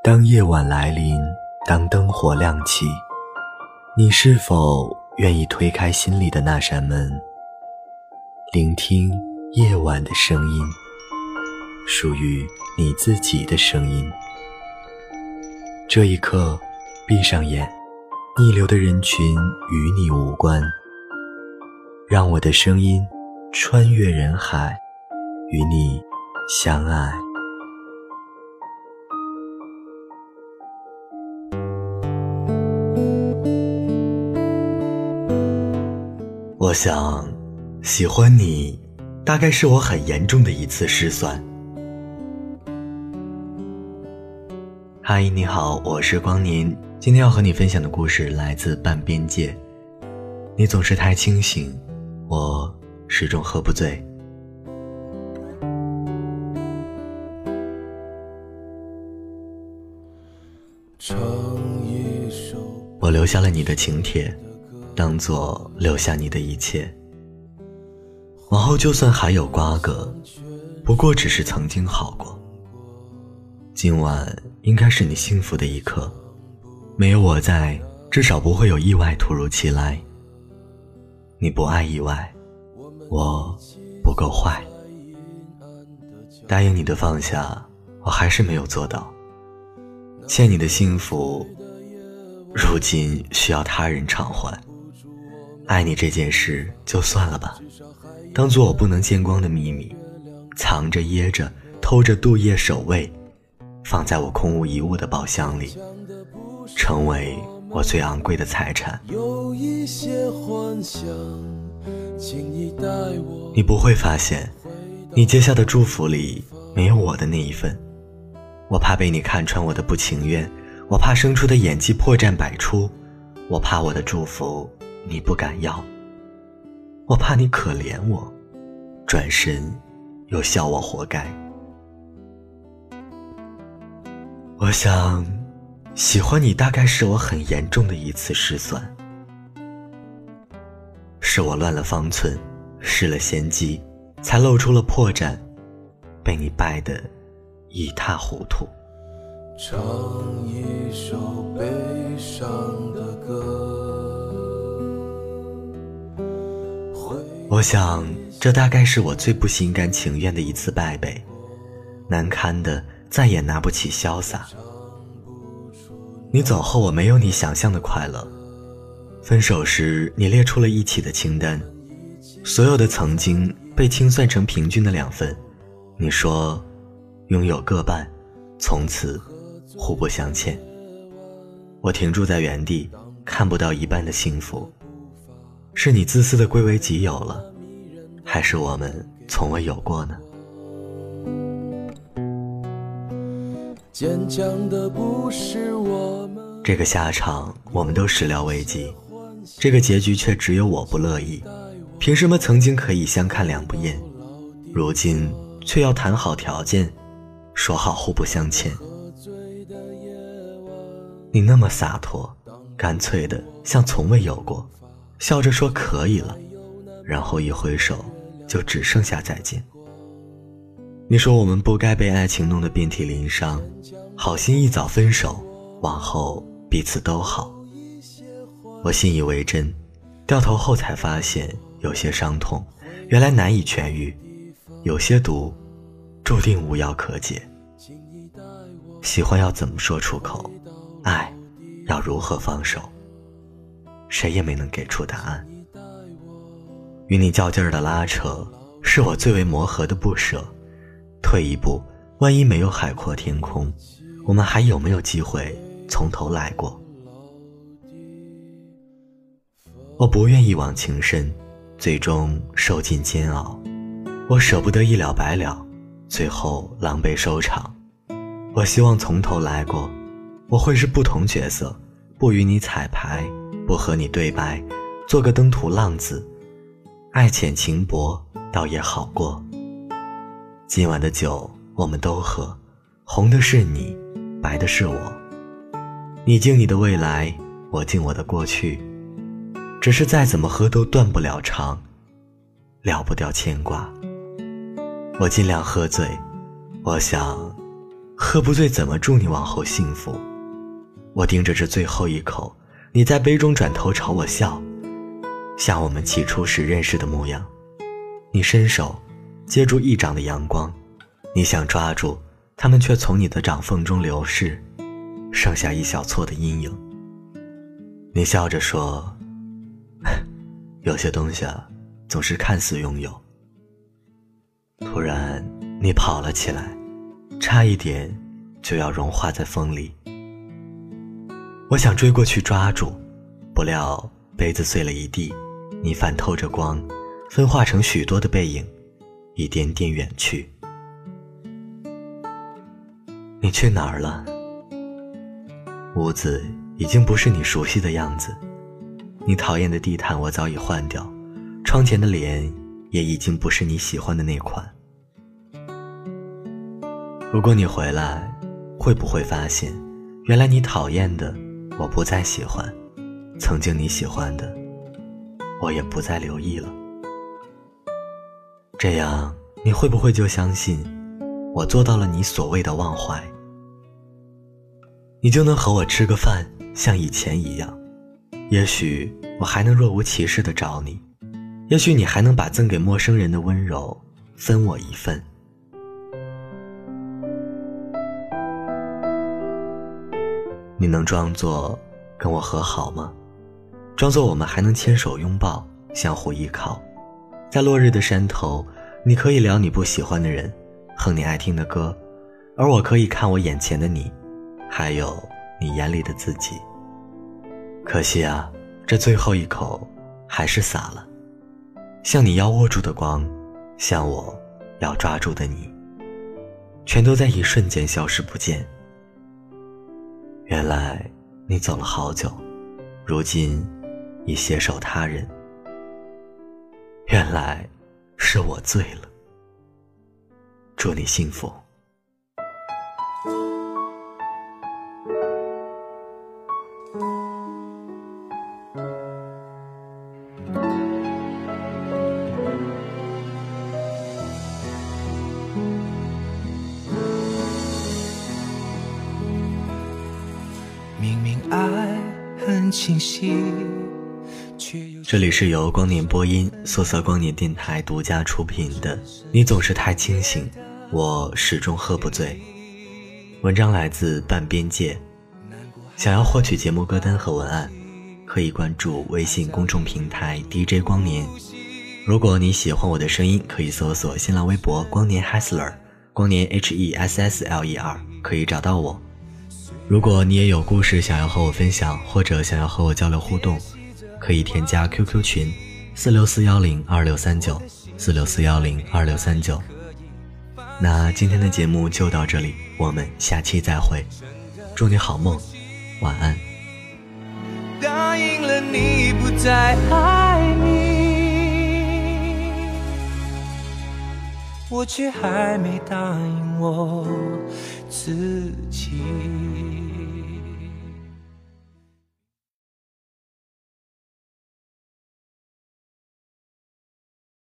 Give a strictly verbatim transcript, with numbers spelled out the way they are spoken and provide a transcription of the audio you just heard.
当夜晚来临，当灯火亮起，你是否愿意推开心里的那扇门，聆听夜晚的声音，属于你自己的声音。这一刻，闭上眼，逆流的人群与你无关，让我的声音穿越人海，与你相爱。我想，喜欢你，大概是我很严重的一次失算。嗨，你好，我是光年，今天要和你分享的故事来自半边界。你总是太清醒，我始终喝不醉。我留下了你的请帖，当作留下你的一切。往后就算还有瓜葛，不过只是曾经好过。今晚应该是你幸福的一刻，没有我在，至少不会有意外突如其来。你不爱意外，我不够坏。答应你的放下，我还是没有做到。欠你的幸福，如今需要他人偿还。爱你这件事就算了吧，当作我不能见光的秘密，藏着掖着偷着度夜守卫，放在我空无一物的宝箱里，成为我最昂贵的财产。有一些幻想，请你带我。你不会发现，你接下的祝福里没有我的那一份。我怕被你看穿我的不情愿，我怕生出的演技破绽百出，我怕我的祝福你不敢要，我怕你可怜我，转身又笑我活该。我想，喜欢你大概是我很严重的一次失算，是我乱了方寸，失了先机，才露出了破绽，被你败得一塌糊涂。唱一首悲伤的歌，我想这大概是我最不心甘情愿的一次败北，难堪的再也拿不起潇洒。你走后，我没有你想象的快乐。分手时你列出了一起的清单，所有的曾经被清算成平均的两份。你说拥有各半，从此互不相欠。我停驻在原地，看不到一半的幸福。是你自私的归为己有了，还是我们从未有过呢？坚强的不是我们。这个下场我们都始料未及，这个结局却只有我不乐意。凭什么曾经可以相看两不厌，如今却要谈好条件，说好互不相欠？你那么洒脱，干脆的像从未有过，笑着说可以了，然后一挥手就只剩下再见。你说我们不该被爱情弄得遍体鳞伤，好心一早分手，往后彼此都好。我信以为真，掉头后才发现，有些伤痛原来难以痊愈，有些毒注定无药可解。喜欢要怎么说出口，爱要如何放手，谁也没能给出答案。与你较劲儿的拉扯，是我最为磨合的不舍。退一步，万一没有海阔天空，我们还有没有机会从头来过？我不愿一往情深，最终受尽煎熬。我舍不得一了百了，最后狼狈收场。我希望从头来过，我会是不同角色，不与你彩排，不和你对白，做个登徒浪子，爱浅情薄，倒也好过。今晚的酒我们都喝，红的是你，白的是我。你敬你的未来，我敬我的过去，只是再怎么喝都断不了肠，了不掉牵挂。我尽量喝醉，我想喝不醉怎么祝你往后幸福？我盯着这最后一口，你在杯中转头朝我笑，像我们起初时认识的模样。你伸手接住一掌的阳光，你想抓住，它们却从你的掌缝中流逝，剩下一小撮的阴影。你笑着说，有些东西啊，总是看似拥有。突然你跑了起来，差一点就要融化在风里。我想追过去抓住，不料杯子碎了一地，你泛透着光，分化成许多的背影，一点点远去。你去哪儿了？屋子已经不是你熟悉的样子，你讨厌的地毯我早已换掉，窗前的帘也已经不是你喜欢的那款。如果你回来，会不会发现，原来你讨厌的我不再喜欢，曾经你喜欢的我也不再留意了。这样你会不会就相信我做到了你所谓的忘怀？你就能和我吃个饭，像以前一样，也许我还能若无其事地找你，也许你还能把赠给陌生人的温柔分我一份。你能装作跟我和好吗？装作我们还能牵手拥抱，相互依靠，在落日的山头，你可以聊你不喜欢的人，哼你爱听的歌，而我可以看我眼前的你，还有你眼里的自己。可惜啊，这最后一口还是洒了，像你要握住的光，像我要抓住的你，全都在一瞬间消失不见。原来你走了好久，如今已携手他人。原来是我醉了，祝你幸福。 明明爱很清晰， 这里是由光年播音色色光年电台独家出品的你总是太清醒，我始终喝不醉。文章来自半边界。想要获取节目歌单和文案，可以关注微信公众平台 D J 光年。如果你喜欢我的声音，可以搜索新浪微博光年 Hessler， 光年 H E S S L E R， 可以找到我。如果你也有故事想要和我分享，或者想要和我交流互动，可以添加 Q Q 群四六四一零二六三九 四六四一零二六三九。那今天的节目就到这里，我们下期再会，祝你好梦，晚安。 答应了你不再爱你，我却还没答应我自己。